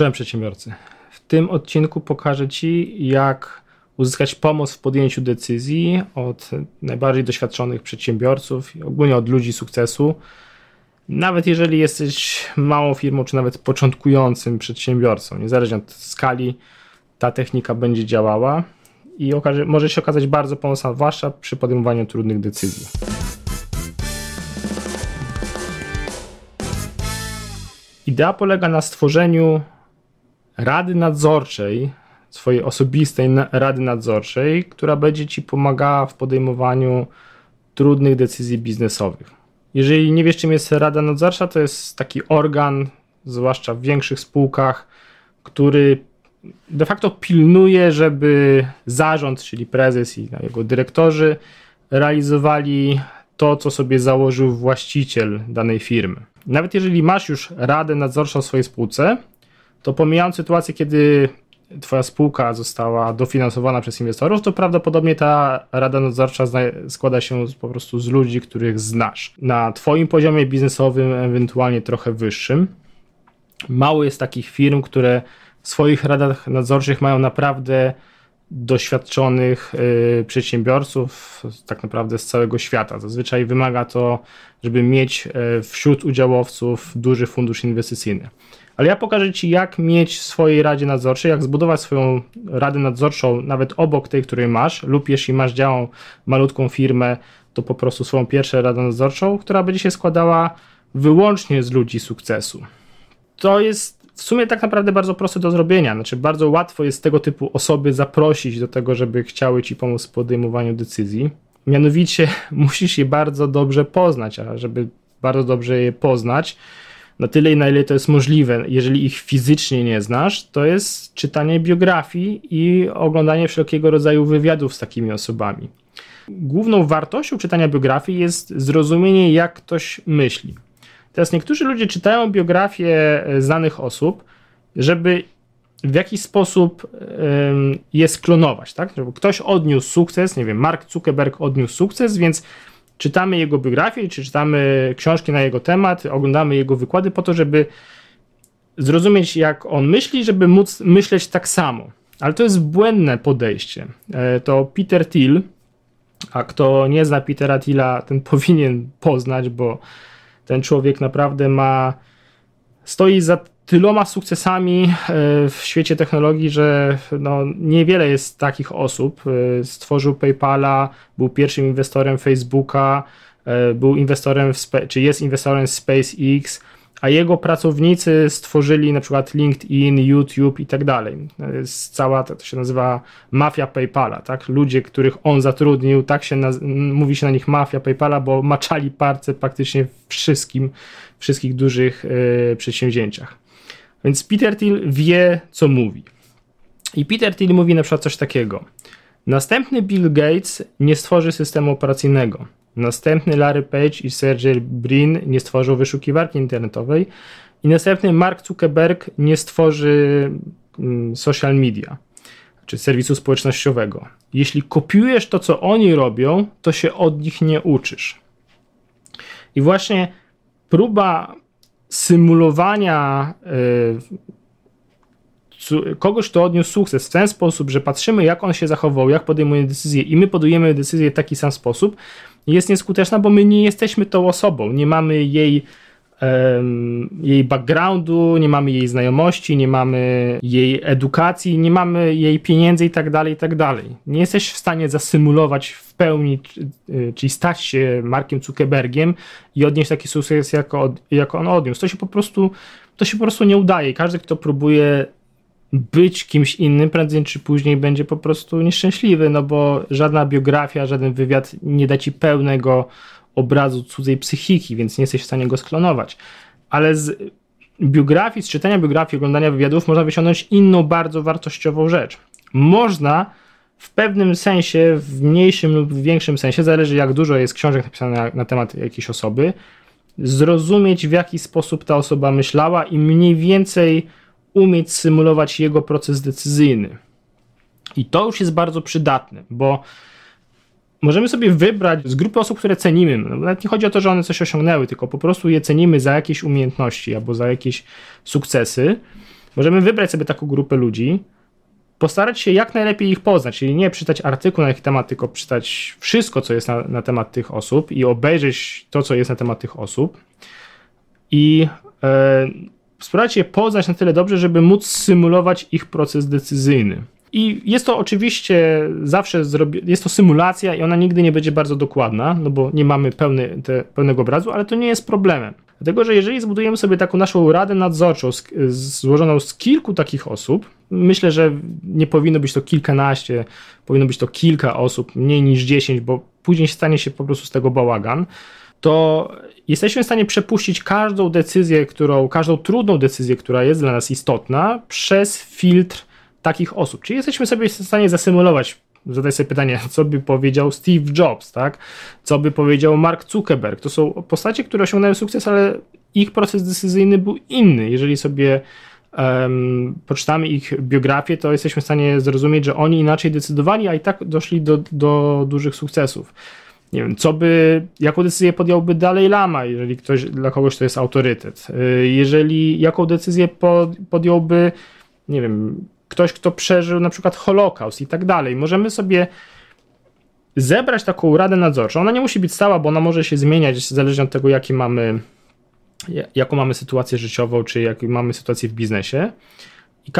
Czołem przedsiębiorcy. W tym odcinku pokażę Ci, jak uzyskać pomoc w podjęciu decyzji od najbardziej doświadczonych przedsiębiorców i ogólnie od ludzi sukcesu. Nawet jeżeli jesteś małą firmą, czy nawet początkującym przedsiębiorcą, niezależnie od skali, ta technika będzie działała i może się okazać bardzo pomocna, zwłaszcza przy podejmowaniu trudnych decyzji. Idea polega na stworzeniu rady nadzorczej, swojej osobistej rady nadzorczej, która będzie Ci pomagała w podejmowaniu trudnych decyzji biznesowych. Jeżeli nie wiesz, czym jest rada nadzorcza, to jest taki organ, zwłaszcza w większych spółkach, który de facto pilnuje, żeby zarząd, czyli prezes i jego dyrektorzy realizowali to, co sobie założył właściciel danej firmy. Nawet jeżeli masz już radę nadzorczą w swojej spółce, to pomijając sytuację, kiedy Twoja spółka została dofinansowana przez inwestorów, to prawdopodobnie ta rada nadzorcza składa się po prostu z ludzi, których znasz. Na Twoim poziomie biznesowym, ewentualnie trochę wyższym. Mało jest takich firm, które w swoich radach nadzorczych mają naprawdę doświadczonych przedsiębiorców tak naprawdę z całego świata. Zazwyczaj wymaga to, żeby mieć wśród udziałowców duży fundusz inwestycyjny. Ale ja pokażę Ci, jak mieć w swojej radzie nadzorczej, jak zbudować swoją radę nadzorczą nawet obok tej, której masz, lub jeśli masz malutką firmę, to po prostu swoją pierwszą radę nadzorczą, która będzie się składała wyłącznie z ludzi sukcesu. To jest w sumie tak naprawdę bardzo proste do zrobienia, bardzo łatwo jest tego typu osoby zaprosić do tego, żeby chciały Ci pomóc w podejmowaniu decyzji. Mianowicie musisz je bardzo dobrze poznać, a żeby bardzo dobrze je poznać, na tyle, na ile to jest możliwe, jeżeli ich fizycznie nie znasz, to jest czytanie biografii i oglądanie wszelkiego rodzaju wywiadów z takimi osobami. Główną wartością czytania biografii jest zrozumienie, jak ktoś myśli. Teraz niektórzy ludzie czytają biografię znanych osób, żeby w jakiś sposób je sklonować, tak? Żeby ktoś odniósł sukces, nie wiem, Mark Zuckerberg odniósł sukces, więc czytamy jego biografię, czy czytamy książki na jego temat, oglądamy jego wykłady po to, żeby zrozumieć, jak on myśli, żeby móc myśleć tak samo. Ale to jest błędne podejście. To Peter Thiel, a kto nie zna Petera Thiela, ten powinien poznać, bo ten człowiek naprawdę stoi za tyloma sukcesami w świecie technologii, że niewiele jest takich osób. Stworzył PayPala, był pierwszym inwestorem Facebooka, był inwestorem jest inwestorem w SpaceX, a jego pracownicy stworzyli na przykład LinkedIn, YouTube i tak dalej. To się nazywa mafia PayPala, tak? Ludzie, których on zatrudnił, mówi się na nich mafia PayPala, bo maczali palce praktycznie wszystkich dużych przedsięwzięciach. Więc Peter Thiel wie, co mówi. I Peter Thiel mówi na przykład coś takiego. Następny Bill Gates nie stworzy systemu operacyjnego. Następny Larry Page i Sergey Brin nie stworzą wyszukiwarki internetowej. I następny Mark Zuckerberg nie stworzy social media, czy serwisu społecznościowego. Jeśli kopiujesz to, co oni robią, to się od nich nie uczysz. I właśnie próba symulowania kogoś, kto odniósł sukces w ten sposób, że patrzymy, jak on się zachował, jak podejmuje decyzje i my podejmujemy decyzje w taki sam sposób, jest nieskuteczna, bo my nie jesteśmy tą osobą, nie mamy jej backgroundu, nie mamy jej znajomości, nie mamy jej edukacji, nie mamy jej pieniędzy i tak dalej. Nie jesteś w stanie zasymulować w pełni, czyli stać się Markiem Zuckerbergiem i odnieść taki sukces, jak on odniósł. To się po prostu nie udaje. Każdy, kto próbuje być kimś innym, prędzej czy później będzie po prostu nieszczęśliwy, bo żadna biografia, żaden wywiad nie da ci pełnego obrazu cudzej psychiki, więc nie jesteś w stanie go sklonować. Ale z biografii, z czytania biografii, oglądania wywiadów można wyciągnąć inną bardzo wartościową rzecz. Można w pewnym sensie, w mniejszym lub większym sensie, zależy jak dużo jest książek napisanych na temat jakiejś osoby, zrozumieć, w jaki sposób ta osoba myślała i mniej więcej umieć symulować jego proces decyzyjny. I to już jest bardzo przydatne, bo możemy sobie wybrać z grupy osób, które cenimy. Nawet nie chodzi o to, że one coś osiągnęły, tylko po prostu je cenimy za jakieś umiejętności albo za jakieś sukcesy. możemy wybrać sobie taką grupę ludzi, postarać się jak najlepiej ich poznać, czyli nie przeczytać artykułu na ich temat, tylko przeczytać wszystko, co jest na temat tych osób i obejrzeć to, co jest na temat tych osób i spróbować je poznać na tyle dobrze, żeby móc symulować ich proces decyzyjny. I jest to oczywiście zawsze jest to symulacja i ona nigdy nie będzie bardzo dokładna, no bo nie mamy pełnego obrazu, ale to nie jest problemem. Dlatego, że jeżeli zbudujemy sobie taką naszą radę nadzorczą złożoną z kilku takich osób, myślę, że nie powinno być to kilkanaście, powinno być to kilka osób, mniej niż 10, bo później stanie się po prostu z tego bałagan, to jesteśmy w stanie przepuścić każdą decyzję, każdą trudną decyzję, która jest dla nas istotna, przez filtr takich osób. Czyli jesteśmy sobie w stanie zasymulować, zadać sobie pytanie, co by powiedział Steve Jobs, tak? Co by powiedział Mark Zuckerberg. To są postacie, które osiągnęły sukces, ale ich proces decyzyjny był inny. Jeżeli sobie poczytamy ich biografię, to jesteśmy w stanie zrozumieć, że oni inaczej decydowali, a i tak doszli do dużych sukcesów. Nie wiem, jaką decyzję podjąłby Dalai Lama, jeżeli dla kogoś to jest autorytet. Jaką decyzję podjąłby, nie wiem, ktoś, kto przeżył na przykład Holokaust i tak dalej. Możemy sobie zebrać taką radę nadzorczą. Ona nie musi być stała, bo ona może się zmieniać zależnie od tego, jaką mamy sytuację życiową, czy jaką mamy sytuację w biznesie. I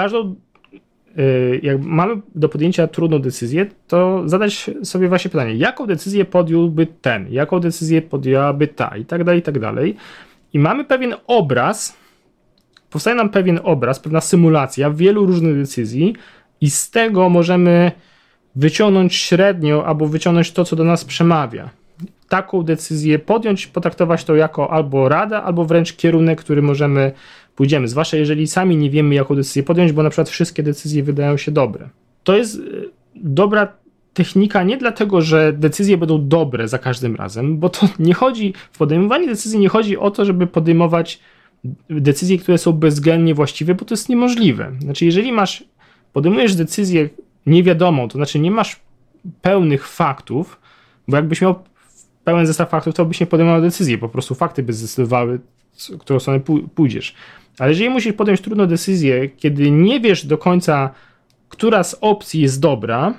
jak mamy do podjęcia trudną decyzję, to zadać sobie właśnie pytanie, jaką decyzję podjąłby ten, jaką decyzję podjęłaby ta i tak dalej, i tak dalej. I mamy pewien obraz, powstaje nam pewien obraz, pewna symulacja wielu różnych decyzji i z tego możemy wyciągnąć średnią albo wyciągnąć to, co do nas przemawia. Taką decyzję podjąć, potraktować to jako albo rada, albo wręcz kierunek, który pójdziemy. Zwłaszcza jeżeli sami nie wiemy, jaką decyzję podjąć, bo na przykład wszystkie decyzje wydają się dobre. To jest dobra technika nie dlatego, że decyzje będą dobre za każdym razem, bo to nie chodzi, w podejmowaniu decyzji nie chodzi o to, żeby podejmować decyzje, które są bezwzględnie właściwe, bo to jest niemożliwe. Znaczy, jeżeli podejmujesz decyzję niewiadomą, to znaczy nie masz pełnych faktów, bo jakbyś miał pełen zestaw faktów, to byś nie podejmował decyzji, po prostu fakty by zdecydowały, w którą stronę pójdziesz. Ale jeżeli musisz podjąć trudną decyzję, kiedy nie wiesz do końca, która z opcji jest dobra,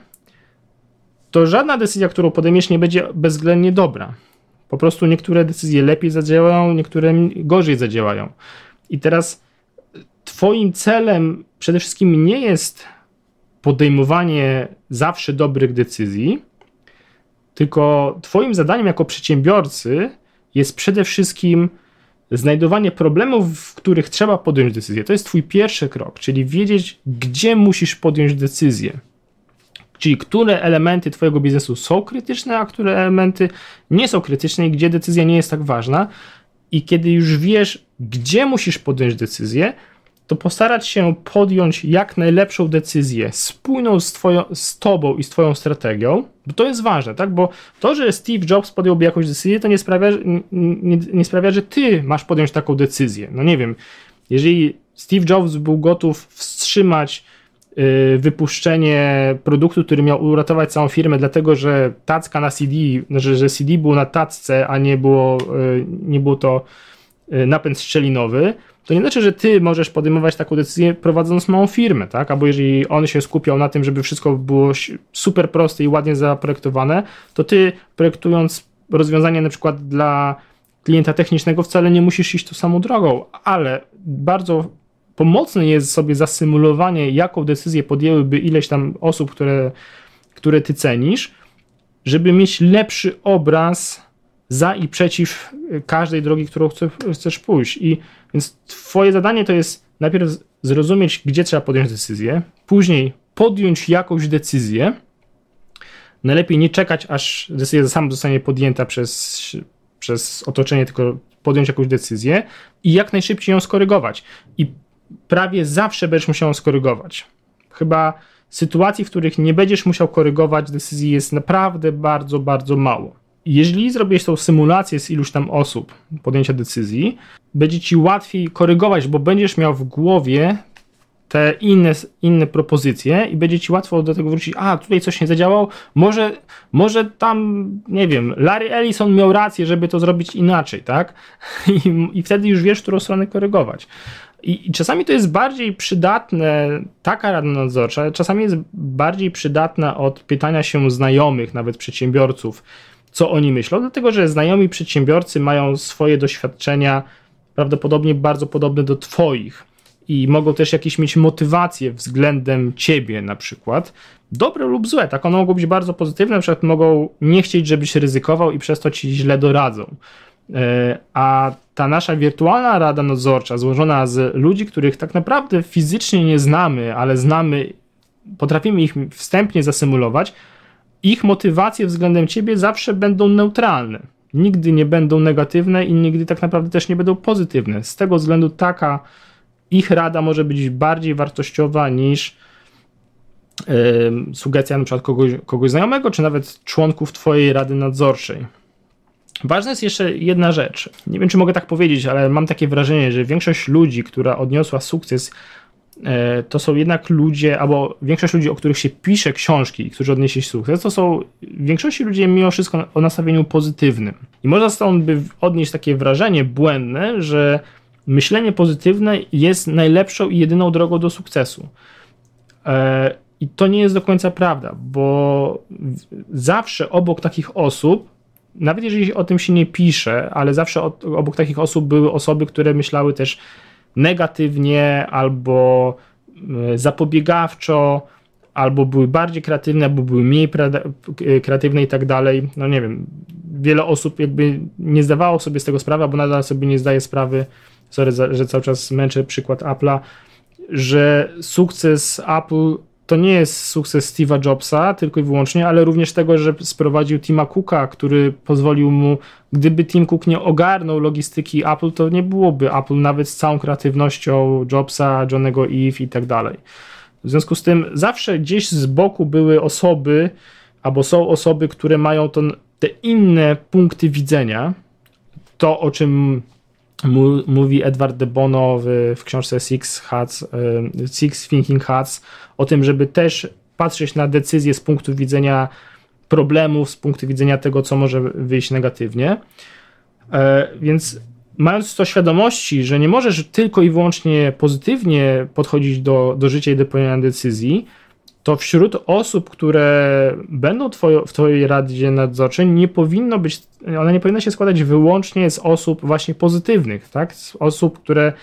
to żadna decyzja, którą podejmiesz, nie będzie bezwzględnie dobra. Po prostu niektóre decyzje lepiej zadziałają, niektóre gorzej zadziałają. I teraz twoim celem przede wszystkim nie jest podejmowanie zawsze dobrych decyzji, tylko twoim zadaniem jako przedsiębiorcy jest przede wszystkim znajdowanie problemów, w których trzeba podjąć decyzję. To jest twój pierwszy krok, czyli wiedzieć, gdzie musisz podjąć decyzję. Czyli które elementy twojego biznesu są krytyczne, a które elementy nie są krytyczne i gdzie decyzja nie jest tak ważna. I kiedy już wiesz, gdzie musisz podjąć decyzję, to postarać się podjąć jak najlepszą decyzję spójną z tobą i z twoją strategią, bo to jest ważne, tak? Bo to, że Steve Jobs podjąłby jakąś decyzję, to nie sprawia, że ty masz podjąć taką decyzję. No nie wiem, jeżeli Steve Jobs był gotów wstrzymać wypuszczenie produktu, który miał uratować całą firmę, dlatego że tacka na CD, że CD było na tacce, a nie było to napęd szczelinowy, to nie znaczy, że ty możesz podejmować taką decyzję prowadząc małą firmę, tak? Albo jeżeli on się skupiał na tym, żeby wszystko było super proste i ładnie zaprojektowane, to ty projektując rozwiązanie na przykład dla klienta technicznego wcale nie musisz iść tą samą drogą, ale bardzo pomocne jest sobie zasymulowanie, jaką decyzję podjęłyby ileś tam osób, które ty cenisz, żeby mieć lepszy obraz za i przeciw każdej drogi, którą chcesz pójść. Więc twoje zadanie to jest najpierw zrozumieć, gdzie trzeba podjąć decyzję, później podjąć jakąś decyzję, najlepiej nie czekać, aż decyzja sama zostanie podjęta przez otoczenie, tylko podjąć jakąś decyzję i jak najszybciej ją skorygować. I prawie zawsze będziesz musiał ją skorygować. Chyba sytuacji, w których nie będziesz musiał korygować decyzji jest naprawdę bardzo, bardzo mało. Jeżeli zrobisz tą symulację z iluś tam osób podjęcia decyzji, będzie ci łatwiej korygować, bo będziesz miał w głowie te inne propozycje i będzie ci łatwo do tego wrócić, tutaj coś nie zadziałało, może tam, nie wiem, Larry Ellison miał rację, żeby to zrobić inaczej, tak? I wtedy już wiesz, w którą stronę korygować. I czasami to jest bardziej przydatne, taka rada nadzorcza, czasami jest bardziej przydatna od pytania się znajomych, nawet przedsiębiorców, co oni myślą, dlatego że znajomi przedsiębiorcy mają swoje doświadczenia prawdopodobnie bardzo podobne do twoich i mogą też jakieś mieć motywacje względem ciebie na przykład, dobre lub złe, tak, one mogą być bardzo pozytywne, na przykład mogą nie chcieć, żebyś ryzykował i przez to ci źle doradzą. A ta nasza wirtualna rada nadzorcza złożona z ludzi, których tak naprawdę fizycznie nie znamy, ale znamy, potrafimy ich wstępnie zasymulować, ich motywacje względem ciebie zawsze będą neutralne. Nigdy nie będą negatywne i nigdy tak naprawdę też nie będą pozytywne. Z tego względu taka ich rada może być bardziej wartościowa niż sugestia na przykład kogoś znajomego, czy nawet członków twojej rady nadzorczej. Ważna jest jeszcze jedna rzecz. Nie wiem, czy mogę tak powiedzieć, ale mam takie wrażenie, że większość ludzi, która odniosła sukces, to są jednak ludzie, albo większość ludzi, o których się pisze książki, którzy odnieśli sukces, to są w większości ludzie mimo wszystko o nastawieniu pozytywnym. I można stąd by odnieść takie wrażenie błędne, że myślenie pozytywne jest najlepszą i jedyną drogą do sukcesu. I to nie jest do końca prawda, bo zawsze obok takich osób, nawet jeżeli o tym się nie pisze, ale zawsze obok takich osób były osoby, które myślały też negatywnie, albo zapobiegawczo, albo były bardziej kreatywne, albo były mniej kreatywne i tak dalej. No nie wiem, wiele osób jakby nie zdawało sobie z tego sprawy, albo nadal sobie nie zdaje sprawy, sorry, że cały czas męczę przykład Apple'a, że sukces Apple to nie jest sukces Steve'a Jobsa tylko i wyłącznie, ale również tego, że sprowadził Tima Cooka, który pozwolił mu, gdyby Tim Cook nie ogarnął logistyki Apple, to nie byłoby Apple nawet z całą kreatywnością Jobsa, Johnego Ive i tak dalej. W związku z tym zawsze gdzieś z boku były osoby, albo są osoby, które mają te inne punkty widzenia, to o czym mówi Edward de Bono w książce Six Thinking Hats, o tym, żeby też patrzeć na decyzje z punktu widzenia problemów, z punktu widzenia tego, co może wyjść negatywnie. Więc mając to świadomości, że nie możesz tylko i wyłącznie pozytywnie podchodzić do życia i do podejmowania decyzji, to wśród osób, które będą w twojej radzie nadzorczej, ona nie powinna się składać wyłącznie z osób właśnie pozytywnych, tak? Z osób, które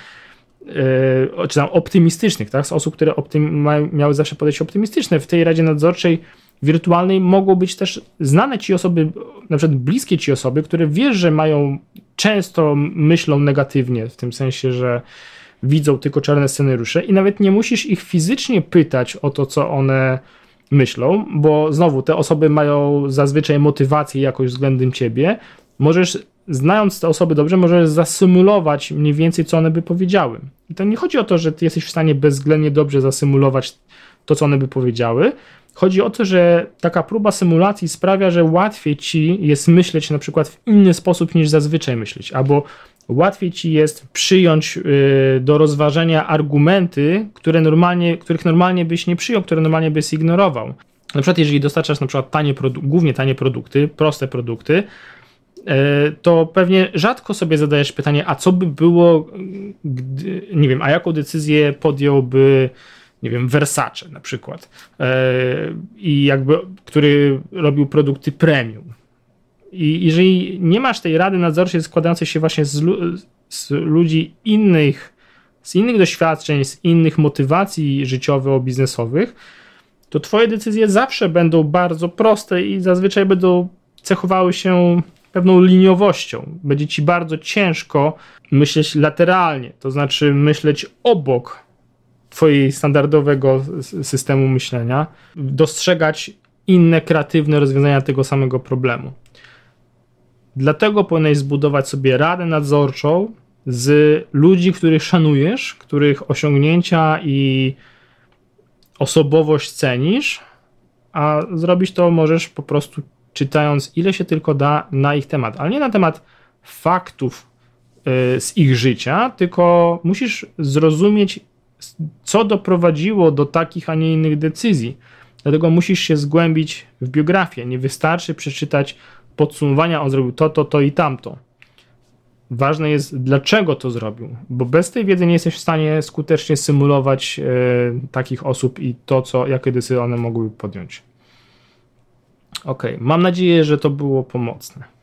czy tam optymistycznych, tak? Z osób, które miały zawsze podejście optymistyczne. W tej radzie nadzorczej wirtualnej mogą być też znane ci osoby, na przykład bliskie ci osoby, które wiesz, że często myślą negatywnie, w tym sensie, że widzą tylko czarne scenariusze i nawet nie musisz ich fizycznie pytać o to, co one myślą, bo znowu te osoby mają zazwyczaj motywację jakoś względem ciebie. Znając te osoby dobrze, możesz zasymulować mniej więcej, co one by powiedziały. I to nie chodzi o to, że ty jesteś w stanie bezwzględnie dobrze zasymulować to, co one by powiedziały. Chodzi o to, że taka próba symulacji sprawia, że łatwiej ci jest myśleć na przykład w inny sposób niż zazwyczaj myśleć, albo łatwiej ci jest przyjąć do rozważenia argumenty, których normalnie byś nie przyjął, które normalnie byś zignorował. Na przykład jeżeli dostarczasz na przykład głównie tanie produkty, proste produkty, to pewnie rzadko sobie zadajesz pytanie, a co by było, nie wiem, a jaką decyzję podjąłby, nie wiem, Versace na przykład, który robił produkty premium. I jeżeli nie masz tej rady nadzorczej składającej się właśnie z ludzi z innych doświadczeń, z innych motywacji życiowo-biznesowych, to twoje decyzje zawsze będą bardzo proste i zazwyczaj będą cechowały się pewną liniowością. Będzie ci bardzo ciężko myśleć lateralnie, to znaczy myśleć obok twojej standardowego systemu myślenia, dostrzegać inne kreatywne rozwiązania tego samego problemu. Dlatego powinieneś zbudować sobie radę nadzorczą z ludzi, których szanujesz, których osiągnięcia i osobowość cenisz, a zrobić to możesz po prostu czytając ile się tylko da na ich temat, ale nie na temat faktów z ich życia, tylko musisz zrozumieć, co doprowadziło do takich, a nie innych decyzji. Dlatego musisz się zgłębić w biografię. Nie wystarczy przeczytać podsumowania, on zrobił to i tamto. ważne jest, dlaczego to zrobił, bo bez tej wiedzy nie jesteś w stanie skutecznie symulować takich osób i to, jakie decyzje one mogłyby podjąć. Ok, mam nadzieję, że to było pomocne.